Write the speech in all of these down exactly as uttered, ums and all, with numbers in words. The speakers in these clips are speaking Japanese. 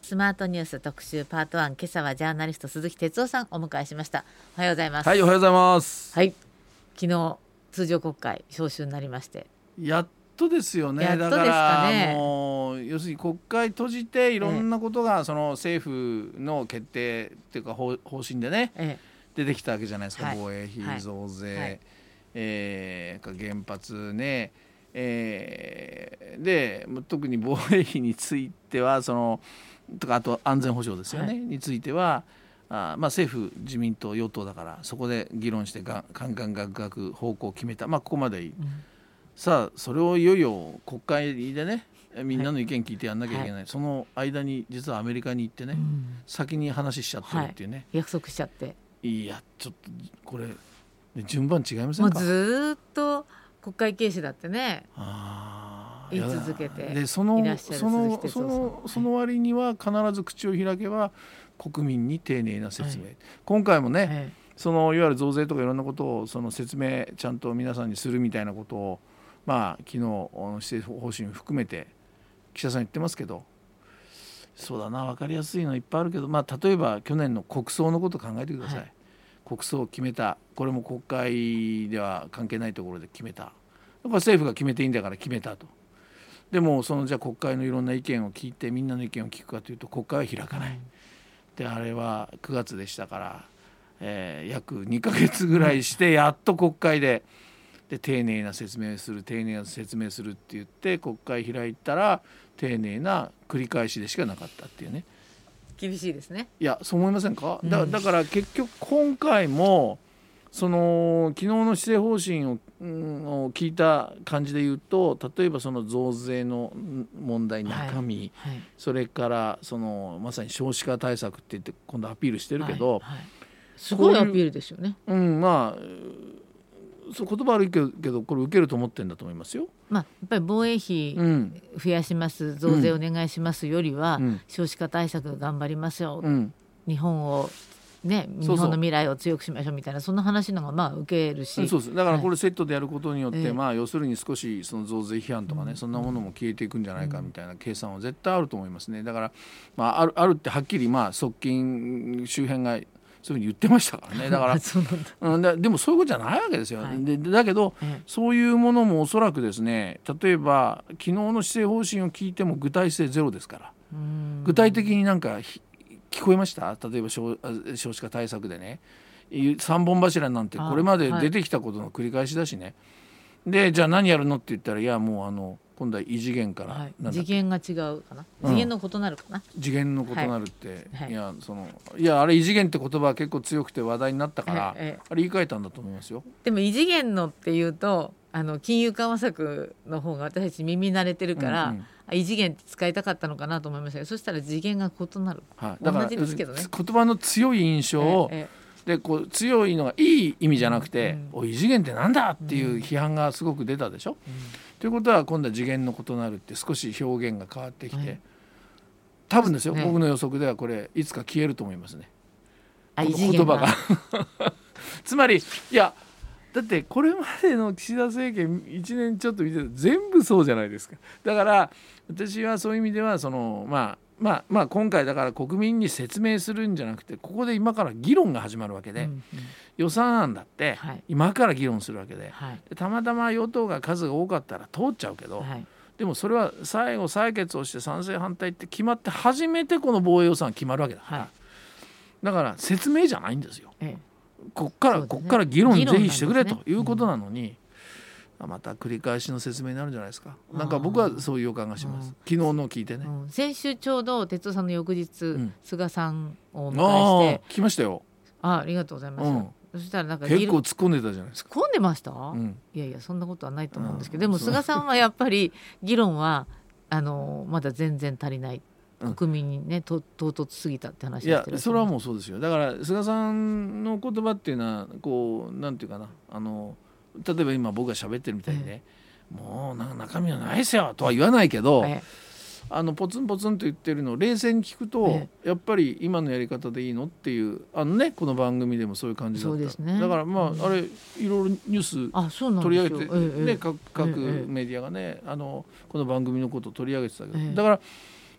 スマートニュース特集パートワン、今朝はジャーナリスト鈴木哲夫さんお迎えしました。おはようございます。 はい、おはようございます。 はい、昨日通常国会召集になりまして、 やっとですよね。 やっとですかね。 だからもう要するに国会閉じていろんなことがその政府の決定っていうか 方, 方針でね、ええ、出てきたわけじゃないですか、はい、防衛費増税、はい、えー、原発ね、えー、で特に防衛費についてはそのとかあと安全保障ですよね、はい、についてはあ、まあ、政府自民党与党だからそこで議論してガンガンガンガンガン方向を決めた、まあ、ここまでいい、うん、さあそれをいよいよ国会でねみんなの意見聞いてやんなきゃいけない、はい、その間に実はアメリカに行ってね、うん、先に話しちゃってるっていうね、はい、 約束しちゃって、 いやちょっとこれ順番違いませんか。 もうずっと国会軽視だってね、あ言い続けていらっしゃる鈴木哲夫さん、 そのそのその割には必ず口を開けば国民に丁寧な説明、はい、今回もね、はい、そのいわゆる増税とかいろんなことをその説明ちゃんと皆さんにするみたいなことを、まあ、昨日施政方針を含めて岸田さん言ってますけど、そうだな分かりやすいのいっぱいあるけど、まあ、例えば去年の国葬のことを考えてください、はい、国葬を決めた、これも国会では関係ないところで決めた、だから政府が決めていいんだから決めたと。でもそのじゃあ国会のいろんな意見を聞いてみんなの意見を聞くかというと国会は開かない、うん、であれはくがつでしたから、えー、約にかげつぐらいしてやっと国会で、で丁寧な説明する丁寧な説明するって言って国会開いたら丁寧な繰り返しでしかなかったっていうね。 厳しいですね。 いやそう思いませんか。 だ, だから結局今回もその昨日の施政方針を、うん、を聞いた感じで言うと、例えばその増税の問題中身、はいはい、それからそのまさに少子化対策って言って今度アピールしてるけど、はいはい、 すごいアピールですよね。 うん、まあそう言葉悪いけど、けどこれ受けると思ってるんだと思いますよ。 まあ、やっぱり防衛費増やします、うん、増税お願いしますよりは、うん、少子化対策頑張りますよ、うん、日本をね、日本の未来を強くしましょうみたいな、そんな話のがまあ受けるし、 そうです。だからこれセットでやることによって、はい、まあ、要するに少しその増税批判とかね、うん、そんなものも消えていくんじゃないかみたいな計算は絶対あると思いますね。だから、まあ、ある、あるってはっきりまあ側近周辺がそういうふうに言ってましたからね。だからそうなんだ、 うん、だでもそういうことじゃないわけですよ、はい、でだけど、ええ、そういうものもおそらくですね、例えば昨日の施政方針を聞いても具体性ゼロですから、うん、具体的になんか聞こえました。例えば 少, 少子化対策でねさんぼん柱なんてこれまで出てきたことの繰り返しだしね、はい、でじゃあ何やるのって言ったら、いやもうあの今度は異次元から、はい、 次元が違うかな、次元の異なるかな、 うん、次元の異なるって、はい、いやそのいやあれ異次元って言葉は結構強くて話題になったから、はい、あれ言い換えたんだと思いますよ。 でも異次元のっていうとあの金融緩和策の方が私たち耳慣れてるから、うんうん、異次元って使いたかったのかなと思いましたけど、そしたら次元が異なる、はい、だから同じですけどね、 言葉の強い印象を、ええ、でこう強いのがいい意味じゃなくて、うん、お異次元ってなんだっていう批判がすごく出たでしょ、うん、ということは今度は次元の異なるって少し表現が変わってきて、はい、多分ですよ、ね、僕の予測ではこれいつか消えると思いますね、 あこの言葉がつまりいやだってこれまでの岸田政権いちねんちょっと見てると全部そうじゃないですか。だから私はそういう意味ではそのまあまあまあ今回だから国民に説明するんじゃなくて、ここで今から議論が始まるわけで、うんうん、予算案だって今から議論するわけで、はい、たまたま与党が数が多かったら通っちゃうけど、はい、でもそれは最後採決をして賛成反対って決まって初めてこの防衛予算決まるわけだから、はい、だから説明じゃないんですよ、ええ、こっから、ね、こっから議論ぜひしてくれということなのに、うん、また繰り返しの説明になるんじゃないですか。なんか僕はそういう予感がします。昨日の聞いてね、 うん、先週ちょうど哲夫さんの翌日、うん、菅さんをお迎えして来ましたよ。 あ, ありがとうございます、うん、そしたらなんか結構突っ込んでたじゃないですか。 突っ込んでました、うん、いやいやそんなことはないと思うんですけど、でも菅さんはやっぱり議論はあのまだ全然足りない、国民にね、と唐突すぎたって話をしてらっしゃる。 いやそれはもうそうですよ。だから菅さんの言葉っていうのはこうなんていうかな、あの例えば今僕が喋ってるみたいにね、ええ、もうなんか中身はないですよとは言わないけど、ええ、あのポツンポツンと言ってるのを冷静に聞くと、ええ、やっぱり今のやり方でいいのっていうあのねこの番組でもそういう感じだった。そうですね、だからまあ、うん、あれいろいろニュース取り上げて、ね、ええ、各, 各メディアがね、あのこの番組のことを取り上げてたけど、ええ、だから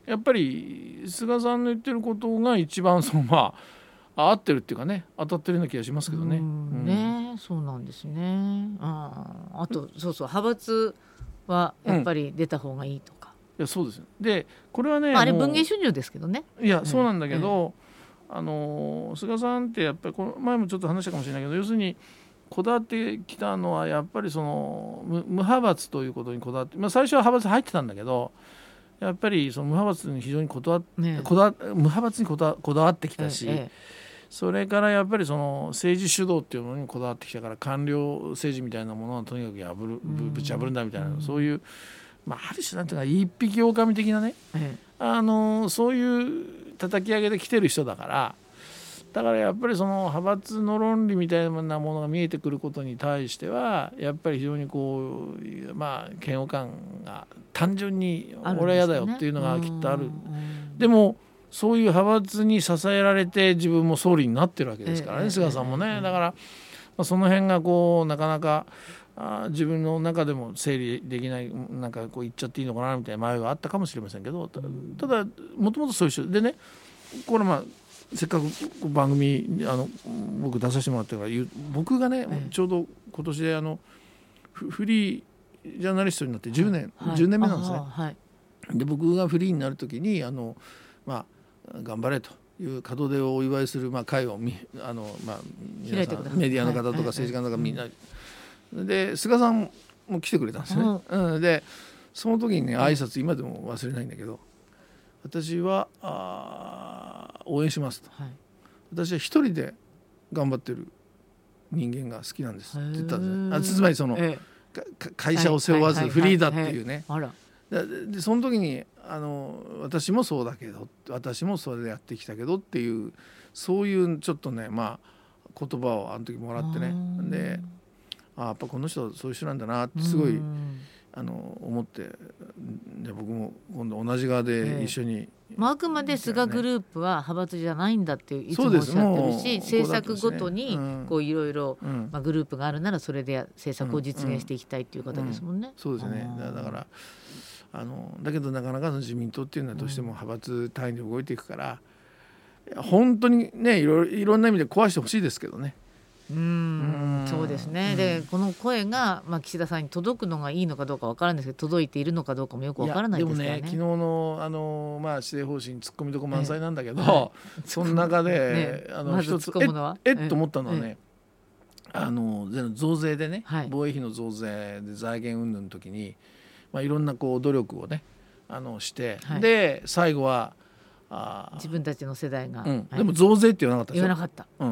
やっぱり菅さんの言ってることが一番そのまあ合ってるっていうかね、当たってるような気がしますけどね。うん、 ね、そうなんですね。あ, あとそうそう、派閥はやっぱり出た方がいいとか、 うん、いやそうです。でこれはね、 まあ、あれ文藝春秋ですけどね。 いやそうなんだけど、ええ、あの菅さんってやっぱりこの前もちょっと話したかもしれないけど、要するにこだわってきたのはやっぱりその 無, 無派閥ということにこだわって、まあ、最初は派閥入ってたんだけど、やっぱりその無派閥に非常にこだわ、ね、こだ無派閥にこだ、こだわってきたし、ええ、それからやっぱりその政治主導っていうものにこだわってきたから、官僚政治みたいなものはとにかく破る、ぶち破るんだみたいな、うん、そういう、まあ、ある種なんていうか一匹狼的なね、ええ、あのそういう叩き上げで来てる人だから、だからやっぱりその派閥の論理みたいなものが見えてくることに対してはやっぱり非常にこう、まあ、嫌悪感が単純に俺は嫌だよっていうのがきっとある。でもそういう派閥に支えられて自分も総理になってるわけですからね、菅さんもね。だから、まあ、その辺がこうなかなかあ自分の中でも整理できない、なんかこう言っちゃっていいのかなみたいな迷いがあったかもしれませんけど、ただもともとそういう人でね、これまあせっかく番組あの僕出させてもらってるから言う、僕がね、ええ、ちょうど今年であのフリージャーナリストになってじゅうねん、はい、じゅうねんめなんですね、はい、で僕がフリーになるときにあの、まあ、頑張れという門出をお祝いする、まあ、会をあの、まあ、皆さんメディアの方とか政治家の方がみんな、はいはい、で菅さんも来てくれたんですね、うん、でその時にね挨拶今でも忘れないんだけど、私はあ応援しますと、はい、私は一人で頑張ってる人間が好きなんですって言ったんですね。あつまりその、ええ、会社を背負わずフリーだっていうね。でその時にあの私もそうだけど、私もそれでやってきたけどっていう、そういうちょっとね、まあ、言葉をあの時もらってね、であやっぱこの人そういう人なんだなってすごいあの思って、じゃ僕も今度同じ側で一緒に、ええ、 まあ、あくまで菅グループは派閥じゃないんだっていつもおっしゃってるし、政策ごとにいろいろグループがあるならそれで政策を実現していきたいっていう方ですもんね、 うんうんうん、そうですね。だからあのだけどなかなかの自民党っていうのはどうしても派閥単位で動いていくから、うん、本当にねいろいろんな意味で壊してほしいですけどね。 うーん、そうですね、うん、でこの声が、まあ、岸田さんに届くのがいいのかどうか分からないですけど、届いているのかどうかもよく分からないですからね。 でもね、昨日の、あの、まあ、施政方針ツッコミどこ満載なんだけど、はい、その中で、ね、あのま一つえっと思ったのはね、あの増税でね、はい、防衛費の増税で財源云々の時に、まあ、いろんなこう努力をねあのして、はい、で最後はあ自分たちの世代が、 うんはい、でも増税って言わなかったでしょ。 言わなかった、 うん、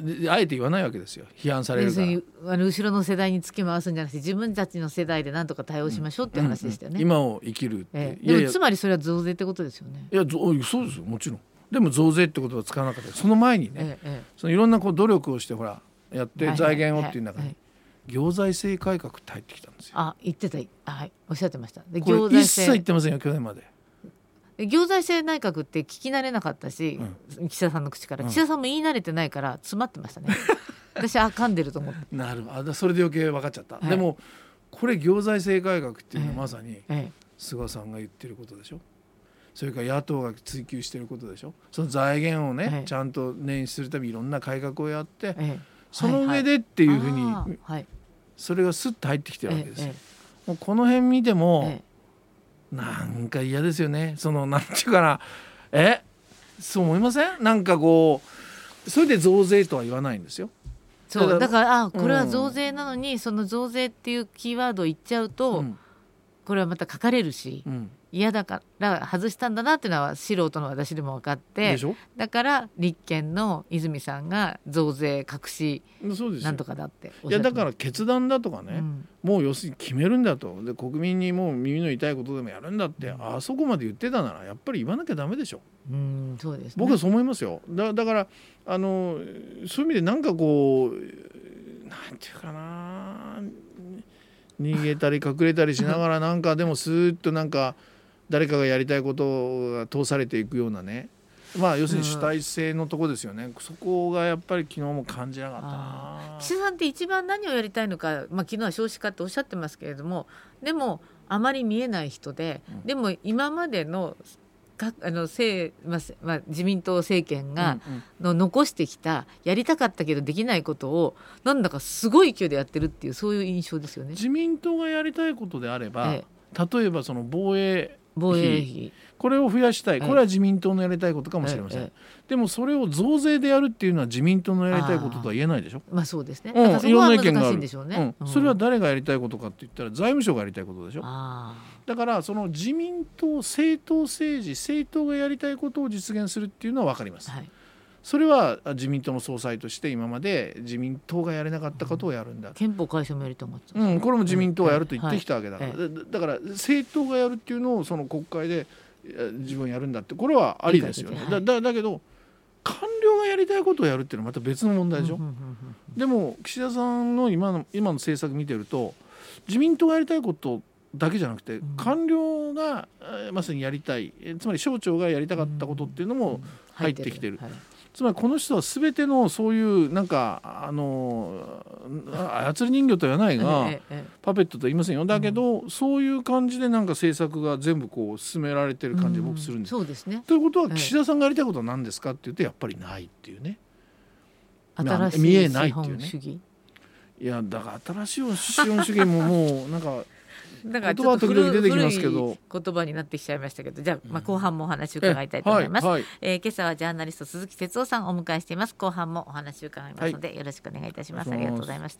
でであえて言わないわけですよ、批判されるから。 あの後ろの世代につき回すんじゃなくて、自分たちの世代で何とか対応しましょうっていう話でしたよね、 うんうんうん、今を生きるって、 ええ、でもつまりそれは増税ってことですよね。 いやそうですよ、もちろん。でも増税ってことは使わなかった。その前にね、ええ、そのいろんなこう努力をしてほらやって財源をっていう中に行財政改革って入ってきたんですよ。 あ、言ってた、はい、おっしゃってました。でこれ一切言ってませんよ、去年まで。 行財政内閣って聞き慣れなかったし、うん、岸田さんの口から、うん、岸田さんも言い慣れてないから詰まってましたね私あかんでると思って。 なるほど、それで余計分かっちゃった、はい、でもこれ行財政改革っていうのはまさに菅さんが言ってることでしょ。それから野党が追求してることでしょ。その財源をね、はい、ちゃんと捻出するためにいろんな改革をやって、はい、その上でっていうふうに、はいはい、それがスッと入ってきてるわけですよ、もうこの辺見ても、なんか嫌ですよね。そのなんていうかな、えそう思いません？なんかこうそれで増税とは言わないんですよ。 そうだからあこれは増税なのに、うん、その増税っていうキーワードを言っちゃうと、うん、これはまた書かれるし、うん、嫌だから外したんだなっていうのは素人の私でも分かって、でしょ？だから立憲の泉さんが増税隠しなんとかだっていやだから決断だとかね、うん、もう要するに決めるんだと、で国民にもう耳の痛いことでもやるんだって、うん、あそこまで言ってたならやっぱり言わなきゃダメでしょ。 うん、そうですね、 僕はそう思いますよ。 だ, だからあのそういう意味でなんかこうなんていうかな、逃げたり隠れたりしながらなんかでもスーッとなんか誰かがやりたいことが通されていくようなね、まあ要するに主体性のとこですよね、うん、そこがやっぱり昨日も感じなかったな。 岸田さんって一番何をやりたいのか、まあ、昨日は少子化っておっしゃってますけれども、でもあまり見えない人で、うん、でも今までのかあの政、まあまあ、自民党政権がの残してきたやりたかったけどできないことをなんだかすごい勢いでやってるっていうそういう印象ですよね。 自民党がやりたいことであれば、ええ、例えばその防衛防衛費これを増やしたい、これは自民党のやりたいことかもしれません、ええ、でもそれを増税でやるっていうのは自民党のやりたいこととは言えないでしょ。 まあそうですね、 うん、 だからそこは難しいんでしょうね、 うん、それは誰がやりたいことかって言ったら財務省がやりたいことでしょ。あだからその自民党政党政治政党がやりたいことを実現するっていうのは分かります、はい、それは自民党の総裁として今まで自民党がやれなかったことをやるんだ、うん、 憲法改正もやりたかった、 うん、これも自民党がやると言ってきたわけだから、はいはい、だから政党がやるっていうのをその国会で自分やるんだってこれはありですよね、はい、だ, だ, だけど官僚がやりたいことをやるっていうのはまた別の問題でしょ、うんうんうんうん、でも岸田さんの 今, の今の政策見てると自民党がやりたいことだけじゃなくて、うん、官僚がまさにやりたいつまり省庁がやりたかったことっていうのも入ってきてる、うんうんはい、つまりこの人は全てのそういうなんかあの操り人形とは言わないが、ええ、パペットとは言いませんよ。だけど、うん、そういう感じでなんか政策が全部こう進められてる感じで僕するんです、 うん、そうですね。 ということは岸田さんがやりたいことは何ですかって言うとやっぱりないっていうね、 新しい資本主義。 いやだから新しい資本主義ももうなんかだからちょっと 古, 古い言葉になってきちゃいましたけど、じゃあ、まあ後半もお話を伺いたいと思います、えはいはいえー、今朝はジャーナリスト鈴木哲夫さんをお迎えしています。後半もお話を伺いますので、はい、よろしくお願いいたします。ありがとうございました。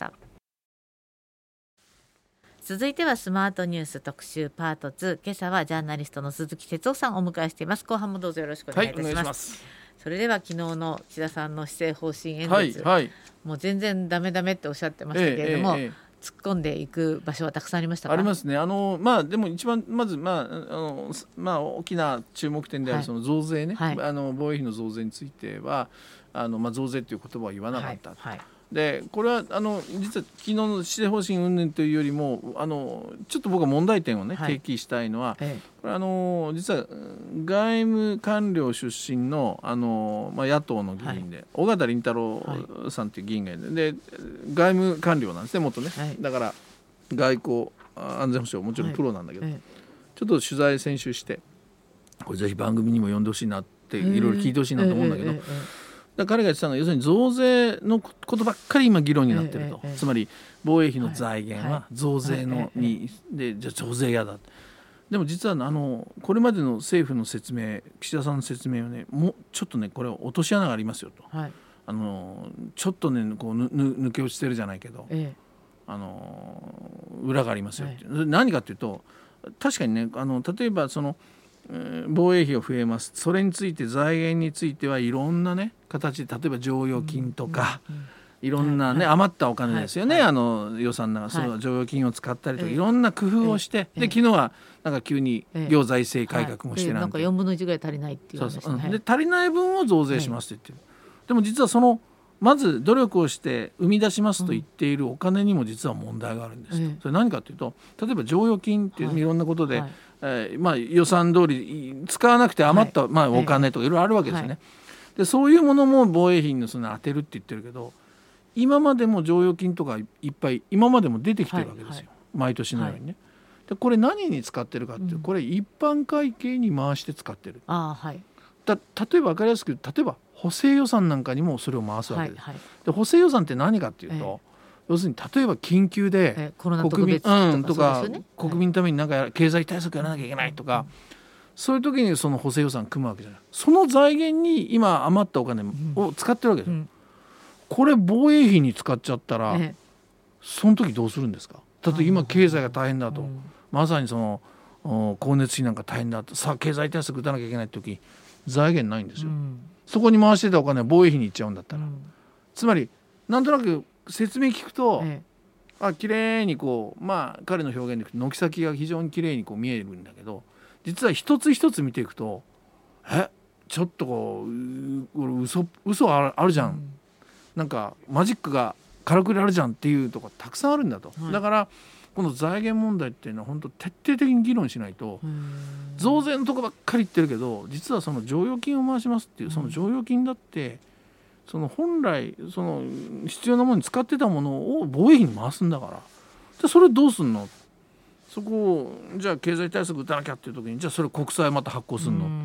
続いてはスマートニュース特集パートツー、今朝はジャーナリストの鈴木哲夫さんをお迎えしています。後半もどうぞよろしくお願いいたします、はい、お願いします。それでは昨日の岸田さんの施政方針演説、はいはい、もう全然ダメダメっておっしゃってましたけれども、ええええ突っ込んでいく場所はたくさんありましたか？ ありますね。あの、まあ、でも一番まず、まああのまあ、大きな注目点であるその増税ね、はい、あの防衛費の増税についてはあの、まあ、増税という言葉は言わなかった、はいはいでこれはあの実は昨日の施政方針云々というよりもあのちょっと僕は問題点を、ねはい、提起したいのは、ええ、これあの実は外務官僚出身の、あの、まあ、野党の議員で、はい、緒方林太郎さんという議員がいる、はい、で外務官僚なんですね元ね、はい、だから外交安全保障もちろんプロなんだけど、はいええ、ちょっと取材先週してこれぜひ番組にも呼んでほしいなっていろいろ聞いてほしいなと思うんだけど、ええええだから彼が言ってたのは要するに増税のことばっかり今議論になってると、ええええ、つまり防衛費の財源は増税のに、はいはい、でじゃあ増税やだ。でも実はあのこれまでの政府の説明岸田さんの説明はねもうちょっとねこれは落とし穴がありますよと、はい、あのちょっとねこうぬ抜け落ちてるじゃないけど、ええ、あの裏がありますよって、はい、何かというと確かにねあの例えばその防衛費が増えます。それについて財源についてはいろんなね形で例えば剰余金とか、うんうんうん、いろんなね、はい、余ったお金ですよね、はい、あの予算の中、はい、その剰余金を使ったりとか、はい、いろんな工夫をして、えー、で昨日はなんか急に行財政改革もしてなんて、はい、 なんかよんぶんのいちぐらい足りないっていう話、ね、そうそう、うん、で足りない分を増税しますって言ってる、はい、でも実はそのまず努力をして生み出しますと言っているお金にも実は問題があるんですと、うん、それ何かというと例えば剰余金っていういろんなことで、はいえーまあ、予算通り使わなくて余った、はいまあ、お金とかいろいろあるわけですよね、はい、でそういうものも防衛費にその当てるって言ってるけど今までも剰余金とかいっぱい今までも出てきてるわけですよ、はいはい、毎年のようにね、はい、でこれ何に使ってるかっていうと、うん、これ一般会計に回して使ってる。あ、はい、だ例えば分かりやすく例えば補正予算なんかにもそれを回すわけです、はいはい、で補正予算って何かっていうと、えー要するに例えば緊急で国民、うん、とか国民のためになんか経済対策やらなきゃいけないとか、そういう時にその補正予算組むわけじゃない。その財源に今余ったお金を使ってるわけですよ。これ防衛費に使っちゃったらその時どうするんですか。だって今経済が大変だと、まさにその光熱費なんか大変だと、さあ経済対策打たなきゃいけない時財源ないんですよ。そこに回してたお金は防衛費にいっちゃうんだったら、つまりなんとなく説明聞くと、ええ、あ綺麗にこうまあ彼の表現で軒先が非常に綺麗にこう見えるんだけど実は一つ一つ見ていくとえちょっとこう嘘嘘ある、あるじゃん、うん、なんかマジックがからくりあるじゃんっていうところたくさんあるんだと、はい、だからこの財源問題っていうのは本当徹底的に議論しないと増税のとこばっかり言ってるけど実はその剰余金を回しますっていうその剰余金だってその本来その必要なものに使ってたものを防衛費に回すんだからでそれどうすんの。そこをじゃあ経済対策打たなきゃっていう時にじゃあそれ国債また発行するの。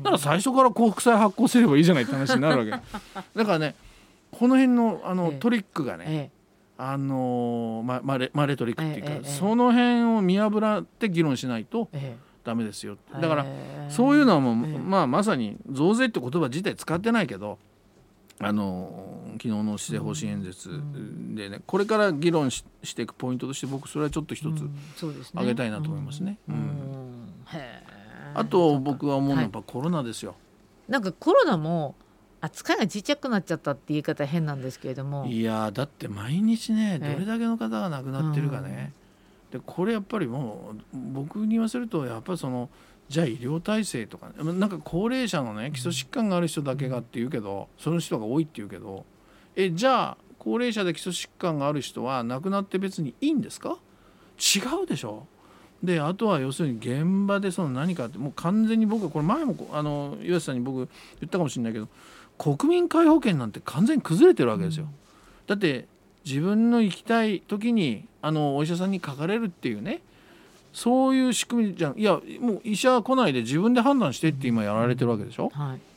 だから最初から抗副剤発行すればいいじゃないって話になるわけだからねこの辺の、あの、ええ、トリックがね、ええ、あのま、マレ、マレトリックっていうか、ええ、その辺を見破って議論しないと、ええダメですよ。だからそういうのはもう、えーまあ、まさに増税って言葉自体使ってないけどあの昨日の施政方針演説でね、うん、これから議論 し, していくポイントとして僕それはちょっと一つ挙げたいなと思いますね。あと僕は思うのはやっぱコロナですよ、はい、 なんかコロナも扱いがちっちゃくなっちゃったって言い方変なんですけれどもいやだって毎日ねどれだけの方が亡くなってるかね、うんでこれやっぱりもう僕に言わせるとやっぱりそのじゃあ医療体制とか、ね、なんか高齢者のね基礎疾患がある人だけがって言うけどその人が多いって言うけどえじゃあ高齢者で基礎疾患がある人は亡くなって別にいいんですか？違うでしょ。であとは要するに現場でその何かってもう完全に僕はこれ前もあの岩瀬さんに僕言ったかもしれないけど国民皆保険なんて完全に崩れてるわけですよ。だって自分の行きたい時にあのお医者さんにかかれるっていうねそういう仕組みじゃん。いやもう医者来ないで自分で判断してって今やられてるわけでしょ、うんはい、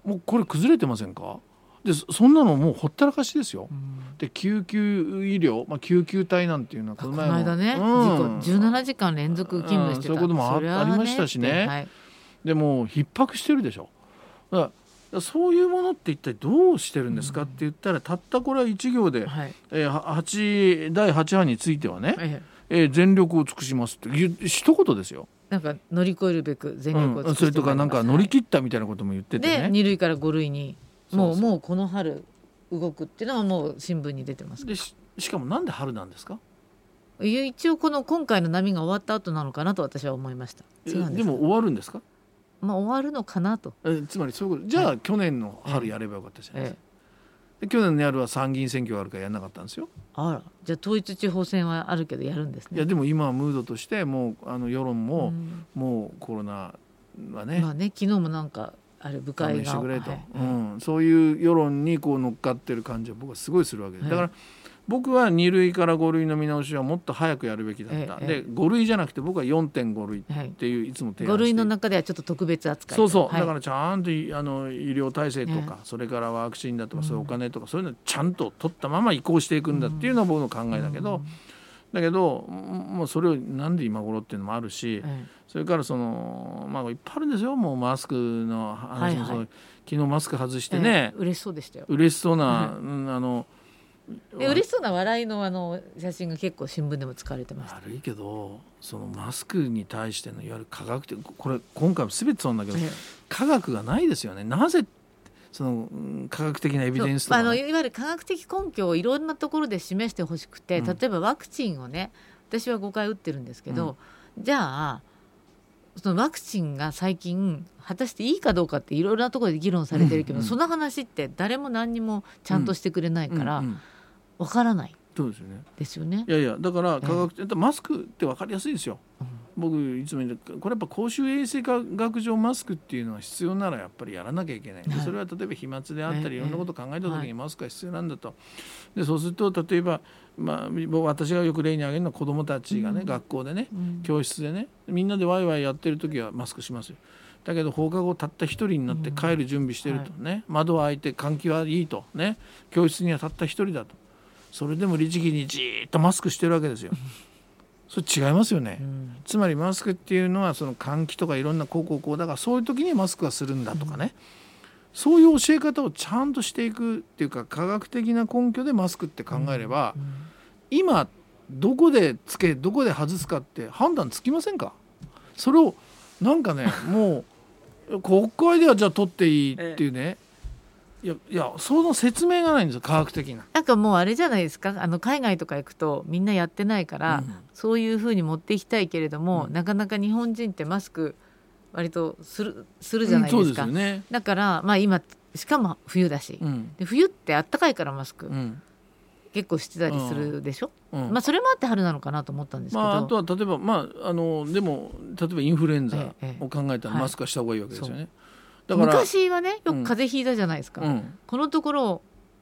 もうこれ崩れてませんか？でそんなのもうほったらかしですよ、うん、で救急医療、まあ、救急隊なんていうのはこの前のこの間ね、うん、じゅうななじかん連続勤務してた、 うん、そういうことも あ, ね、ありましたしね、はい、でも逼迫してるでしょ。だからそういうものって一体どうしてるんですかって言ったら、うん、たったこれはいち行で、はいえー、はちだいはち波についてはね、はいえー、全力を尽くしますって一言ですよ。 なんか乗り越えるべく全力を尽くして、うん、 それとかなんか乗り切ったみたいなことも言っててね。 でに類からご類にもう、そうそうもうこの春動くっていうのはもう新聞に出てます。 で し, しかもなんで春なんですか？ 一応この今回の波が終わった後なのかなと私は思いました。違うんですか？ でも終わるんですか？ まあ、終わるのかなと。 えつまりそういうことじゃあ、はい、去年の春やればよかったじゃないですか、ええ、で去年の春は参議院選挙があるからやらなかったんですよ。 あらじゃあ統一地方選はあるけどやるんですね。 いやでも今はムードとしてもうあの世論も、うん、もうコロナはね、 まあね昨日もなんかあれ部会がしてくれと、はいうん、そういう世論にこう乗っかってる感じは僕はすごいするわけです、はい、だから僕はに類からご類の見直しはもっと早くやるべきだった、ええ、でご類じゃなくて僕は よんてんご 類っていういつも提案して、 ご類の中ではちょっと特別扱いそうそう、はい、だからちゃんとあの医療体制とか、ええ、それからワクチンだとかそういうお金とか、うん、そういうのちゃんと取ったまま移行していくんだっていうのは僕の考えだけど、うん、だけどもうそれをなんで今頃っていうのもあるし、ええ、それからそのまあいっぱいあるんですよ。もうマスクの話もそう、はいはい、昨日マスク外してね、 ええ、嬉しそうでしたよ。 嬉しそうな、うん、あので嬉しそうな笑い の, あの写真が結構新聞でも使われてました。 悪いけどそのマスクに対してのいわゆる科学的これ今回も全てそうなんだけど、ええ、科学がないですよね。なぜその科学的なエビデンスとか、ね、 あのいわゆる科学的根拠をいろんなところで示してほしくて、うん、例えばワクチンをね私はごかい打ってるんですけど、うん、じゃあそのワクチンが最近果たしていいかどうかっていろいろなところで議論されてるけど、うんうん、その話って誰も何にもちゃんとしてくれないから、うんうんうんわからない。 そうですよね。 ですよね。 いやいやだから科学、えー、マスクって分かりやすいですよ、うん、僕いつも言うこれやっぱ公衆衛生学上マスクっていうのは必要ならやっぱりやらなきゃいけない、はい、でそれは例えば飛沫であったり、えー、いろんなことを考えた時にマスクが必要なんだと、でそうすると例えば、まあ、私がよく例に挙げるのは子どもたちがね、うん、学校でね、うん、教室でねみんなでワイワイやってる時はマスクしますよ。だけど放課後たった一人になって帰る準備してるとね、うんはい、窓は開いて換気はいいとね教室にはたった一人だとそれでも律儀にじーっとマスクしてるわけですよ。それ違いますよね、うん、つまりマスクっていうのはその換気とかいろんなこうこうこうだからそういう時にマスクはするんだとかね、うん、そういう教え方をちゃんとしていくっていうか科学的な根拠でマスクって考えれば、うんうん、今どこでつけどこで外すかって判断つきませんか？それをなんかねもう国会ではじゃあ取っていいっていうね、ええいやいやその説明がないんですよ科学的な。 なんかもうあれじゃないですかあの海外とか行くとみんなやってないから、うん、そういう風に持っていきたいけれども、うん、なかなか日本人ってマスク割とするするじゃないですか、うんそうですよね、だからまあ今しかも冬だし、うん、で冬ってあったかいからマスク、うん、結構してたりするでしょ、うんうんまあ、それもあって春なのかなと思ったんですけど、まあ、 あとは例えば、まあ、あのでも例えばインフルエンザを考えたらマスクはした方がいいわけですよね、ええはいだから昔はねよく風邪ひいたじゃないですか、うん、このところ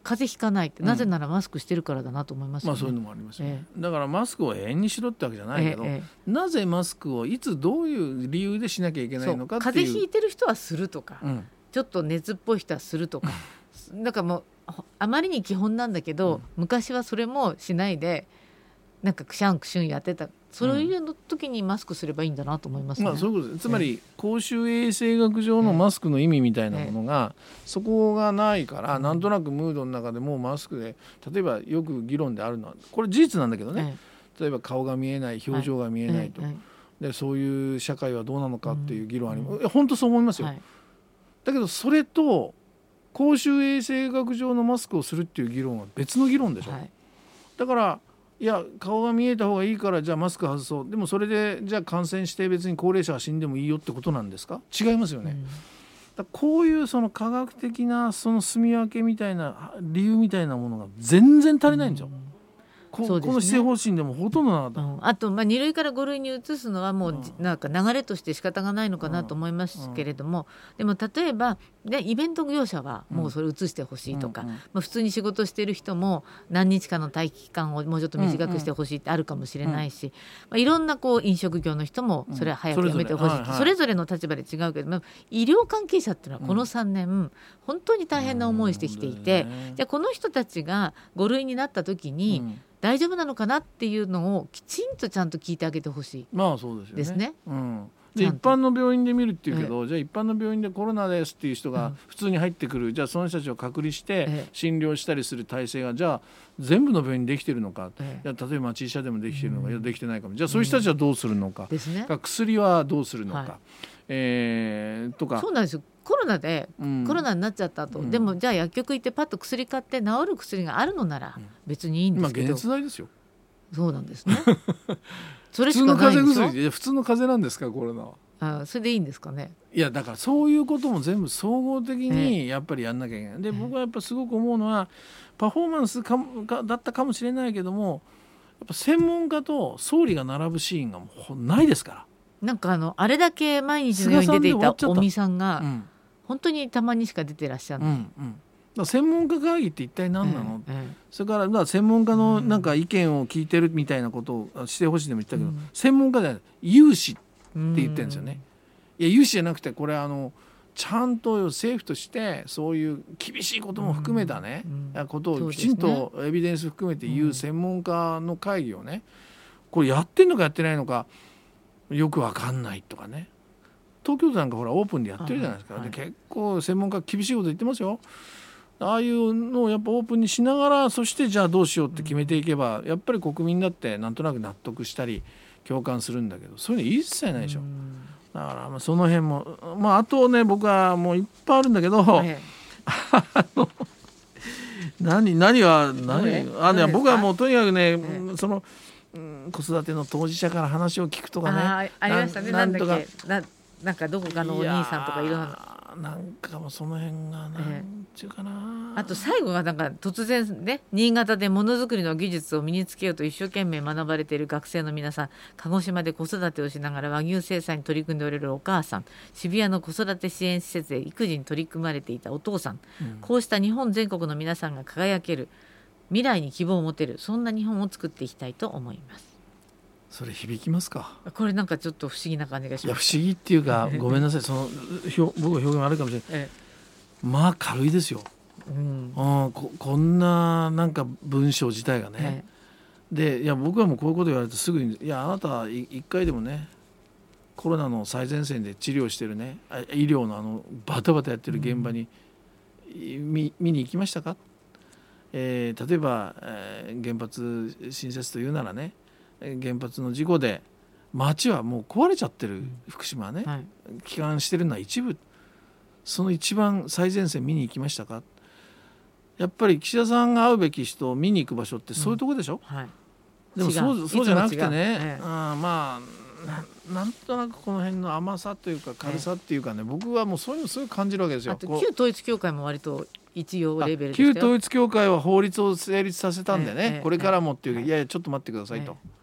風邪ひかないって、うん、なぜならマスクしてるからだなと思いますよね。 まあ、そういうのもありますよね、えー、だからマスクを永遠にしろってわけじゃないけど、えーえー、なぜマスクをいつどういう理由でしなきゃいけないのかっていう。 風邪ひいてる人はするとか、うん、ちょっと熱っぽい人はするとかだからもうあまりに基本なんだけど、うん、昔はそれもしないでなんかクシャンクシュンやってた、そういうの時にマスクすればいいんだなと思いますね、 まあ、そういうことです。つまり公衆衛生学上のマスクの意味みたいなものが、ええ、そこがないから、うん、なんとなくムードの中でもうマスクで、例えばよく議論であるのはこれ事実なんだけどね、ええ、例えば顔が見えない、表情が見えないと、はい、でそういう社会はどうなのかっていう議論あります、うん、本当そう思いますよ、はい、だけどそれと公衆衛生学上のマスクをするっていう議論は別の議論でしょ、はい、だからいや顔が見えた方がいいからじゃあマスク外そう、でもそれでじゃあ感染して別に高齢者は死んでもいいよってことなんですか。違いますよね、うん、だこういうその科学的なその住み分けみたいな理由みたいなものが全然足りないんですよ、うんこ, そうですね、この施政方針でもほとんどなかった、うん、 あと、まあ、に類からご類に移すのはもう、うん、なんか流れとして仕方がないのかなと思いますけれども、うん、でも例えばでイベント業者はもうそれ移してほしいとか、うんまあ、普通に仕事してる人も何日かの待機期間をもうちょっと短くしてほしいってあるかもしれないし、うんまあ、いろんなこう飲食業の人もそれは早くやめてほしい、うん、それぞれ、はいはい、それぞれの立場で違うけど、まあ、医療関係者っていうのはこのさんねん、うん、本当に大変な思いしてきていて、うん、じゃあこの人たちがご類になった時に、うん大丈夫なのかなっていうのをきちんとちゃんと聞いてあげてほしい。 まあそうですよね。 ですね。 うん、で一般の病院で見るっていうけど、ええ、じゃあ一般の病院でコロナですっていう人が普通に入ってくる、うん、じゃあその人たちを隔離して診療したりする体制がじゃあ全部の病院にできてるのか、ええ、じゃあ例えば町医者でもできてるのか、うん、いやできてないかも、じゃあそういう人たちはどうするのか、うんですね、薬はどうするのか、はいえー、とか。 そうなんですよ。コロナで、うん、コロナになっちゃったと、うん、でもじゃあ薬局行ってパッと薬買って治る薬があるのなら別にいいんですけど、 今解熱剤ですよ。 そうなんですねそれしかないんでしょ。 普通の風邪薬、いや普通の風邪なんですかコロナは。 あそれでいいんですかね。 いやだからそういうことも全部総合的にやっぱりやんなきゃいけない、で僕はやっぱすごく思うのはパフォーマンスかかだったかもしれないけども、やっぱ専門家と総理が並ぶシーンがもうないですから。 なんかあのあれだけ毎日のように出ていた尾身さんが、うん、本当にたまにしか出てらっしゃらない、うんうん専門家会議って一体何なの、うんうん、それから専門家のなんか意見を聞いてるみたいなことをしてほしいでも言ったけど、うん、専門家では有志って言ってるんですよね、うん、いや有志じゃなくてこれあのちゃんと政府としてそういう厳しいことも含めたね、うん、ことをきちんとエビデンス含めて言う専門家の会議をね、これやってんのかやってないのかよく分かんないとかね。東京都なんかほらオープンでやってるじゃないですか、はい、で結構専門家厳しいこと言ってますよ。ああいうのをやっぱオープンにしながら、そしてじゃあどうしようって決めていけば、やっぱり国民だってなんとなく納得したり共感するんだけど、そういうの一切ないでしょ。だからまあその辺も、まあ、あとね僕はもういっぱいあるんだけど、はい、あの何何は何あの僕はもうとにかくね、うん、その、うん、子育ての当事者から話を聞くとかね、 あありましたね。なんだっけななんかどこかのお兄さんとかいろんななんかもうその辺がなんていうかな、 ええ、あと最後はなんか突然ね、新潟でものづくりの技術を身につけようと一生懸命学ばれている学生の皆さん、鹿児島で子育てをしながら和牛生産に取り組んでおられるお母さん、渋谷の子育て支援施設で育児に取り組まれていたお父さん、うん、こうした日本全国の皆さんが輝ける、未来に希望を持てる、そんな日本を作っていきたいと思います。 それ響きますか。 これなんかちょっと不思議な感じがします。 いや不思議っていうかごめんなさい、その僕の表現あるかもしれない、ええ、まあ軽いですよ、うんうん、こ, こんななんか文章自体がね、ええ、でいや僕はもうこういうこと言われるとすぐに、いやあなたは一回でもねコロナの最前線で治療してるね医療のあのバタバタやってる現場に、うん、見, 見に行きましたか、えー、例えば、えー、原発新設というならね、原発の事故で町はもう壊れちゃってる、福島はね、はい、帰還してるのは一部、その一番最前線見に行きましたか。やっぱり岸田さんが会うべき人を見に行く場所ってそういうところでしょ、うんはい、でも そう、そうじゃなくてね、ええ、あまあ な, なんとなくこの辺の甘さというか軽さっていうかね、ええ、僕はもうそういうのすごい感じるわけですよ。 あと旧統一教会も割と一応レベルでしたよ。 旧統一教会は法律を成立させたんでね、ええ、これからもっていう、ええ、いやいやちょっと待ってくださいと、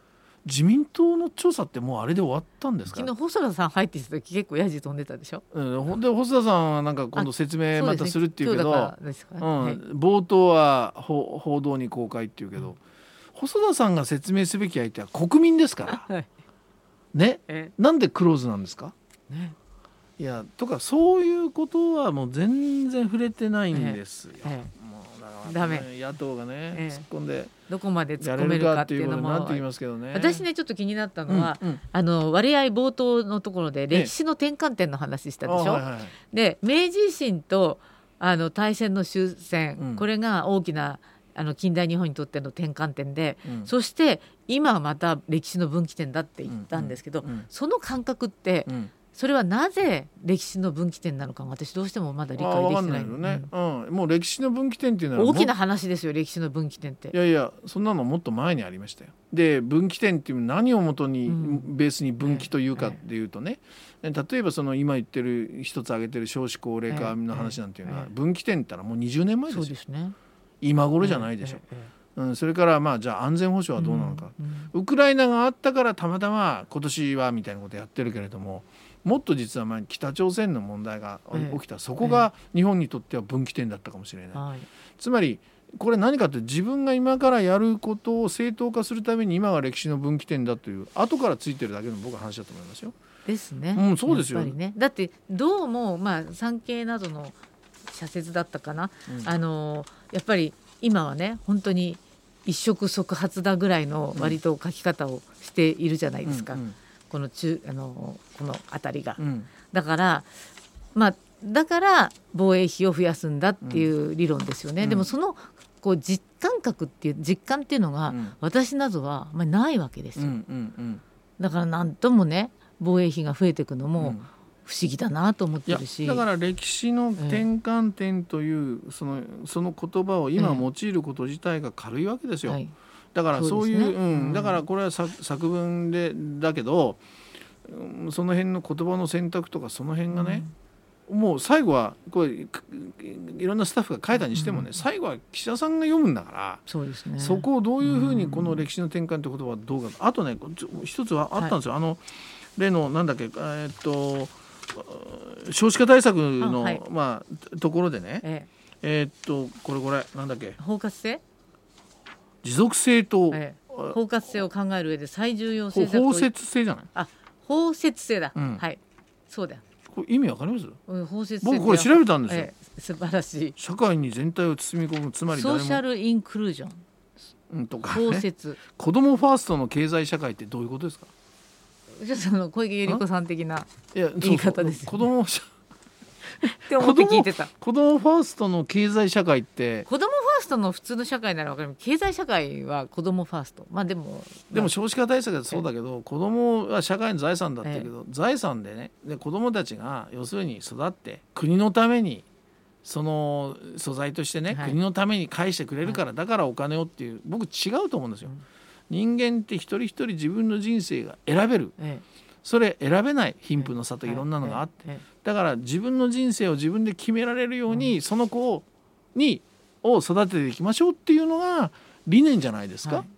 自民党の調査ってもうあれで終わったんですか？ 昨日細田さん入ってきた時結構ヤジ飛んでたでしょ、 うん、で細田さんはなんか今度説明またするっていうけど、冒頭は報道に公開っていうけど、うん、細田さんが説明すべき相手は国民ですから、はい、ね、なんでクローズなんですか、ね、いやとかそういうことはもう全然触れてないんですよ、ええええダメ野党がね、ええ、突っ込んでどこまで突っ込めるかっていうのもなって言いますけどね。 私ねちょっと気になったのは、うんうん、あの割合冒頭のところで歴史の転換点の話したでしょ、ええはいはい、で明治維新とあの大戦の終戦、うん、これが大きなあの近代日本にとっての転換点で、うん、そして今はまた歴史の分岐点だって言ったんですけど、うんうん、その感覚って、うんそれはなぜ歴史の分岐点なのか私どうしてもまだ理解できてないのね、うんうん、もう歴史の分岐点っていうのは大きな話ですよ歴史の分岐点って。 いやいやそんなのもっと前にありましたよ。で分岐点っていう何をもとに、うん、ベースに分岐というかっていうとね、ええ、例えばその今言ってる一つ挙げてる少子高齢化の話なんていうのは、ええ、分岐点って言ったらもうにじゅうねんまえですよ。そうですね、今頃じゃないでしょ、ええええうん、それからまあじゃあ安全保障はどうなのか、うんうん、ウクライナがあったからたまたま今年はみたいなことやってるけれどももっと実は前に北朝鮮の問題が起きた、ええ、そこが日本にとっては分岐点だったかもしれない、はい、つまりこれ何かって自分が今からやることを正当化するために今が歴史の分岐点だという後からついてるだけの僕は話だと思いますよ。 ですね、 うん、そうですよ、 やっぱりね、だってどうも、まあ、産経などの社説だったかな、うん、あのやっぱり今はね本当に一触即発だぐらいの割と書き方をしているじゃないですか、うんうんこの中あのこの辺りが、うん、だからまあだから防衛費を増やすんだっていう理論ですよね、うん、でもそのこう実感覚っていう実感っていうのが、うん、私などはあんまりないわけですよ、うんうんうん、だからなんともね防衛費が増えていくのも不思議だなと思ってるし、 だから歴史の転換点という、えー、その、その言葉を今用いること自体が軽いわけですよ、えーはいだからそういう、そうですね、うん、だからこれは作文でだけど、うん、その辺の言葉の選択とかその辺がね、うん、もう最後はこれいろんなスタッフが書いたにしてもね、うん、最後は岸田さんが読むんだから、 そうですね、 そこをどういうふうにこの歴史の転換って言葉はどうか、あとね一つはあったんですよ、はい、あの例のなんだっけえー、っと少子化対策の、はいまあ、ところでねえええー、っとこれこれなんだっけ包括性持続性と、 ええ、包括性を考える上で最重要政策包摂性じゃない？ あ、包摂性だ、うん、はいそうだ。 これ意味わかります？ うん、包摂性僕これ調べたんですよ、ええ、素晴らしい。 社会に全体を包み込むつまりソーシャルインクルージョン、 うん、とか、ね、 包摂子どもファーストの経済社会ってどういうことですか？ じゃあその小池百合子さん的な言い方ですよ、ね、 子どもって思って聞いてた。 子どもファーストの経済社会って子どもファーストの普通の社会なら分かる。経済社会は子どもファースト、まあでもでも少子化対策はそうだけど、子どもは社会の財産だったけど、財産でねで子どもたちが要するに育って国のためにその素材としてね、はい、国のために返してくれるから、はい、だからお金をっていう僕違うと思うんですよ、うん、人間って一人一人自分の人生が選べる、ええ、それ選べない貧富の差といろんなのがあって、だから自分の人生を自分で決められるように、うん、その子をにを育てていきましょうっていうのが理念じゃないですか、はい、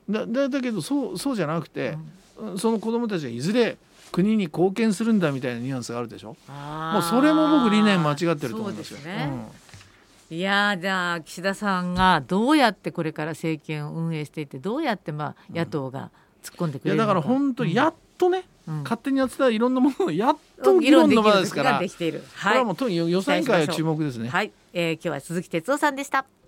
だ, だ, だけどそう、そうじゃなくて、うん、その子どもたちがいずれ国に貢献するんだみたいなニュアンスがあるでしょ。もうそれも僕理念間違ってると思うんですよ。そうですね、 うん、いやじゃあ岸田さんがどうやってこれから政権を運営していってどうやってまあ野党が突っ込んでくれるのか、 うん、いやだから本当にやっとね、うん、勝手にやってたいろんなものをやっと議論の場ですから、 できている、 はい、これはもうとにかく予算委員会は注目ですね。 はい、えー、今日は鈴木哲夫さんでした。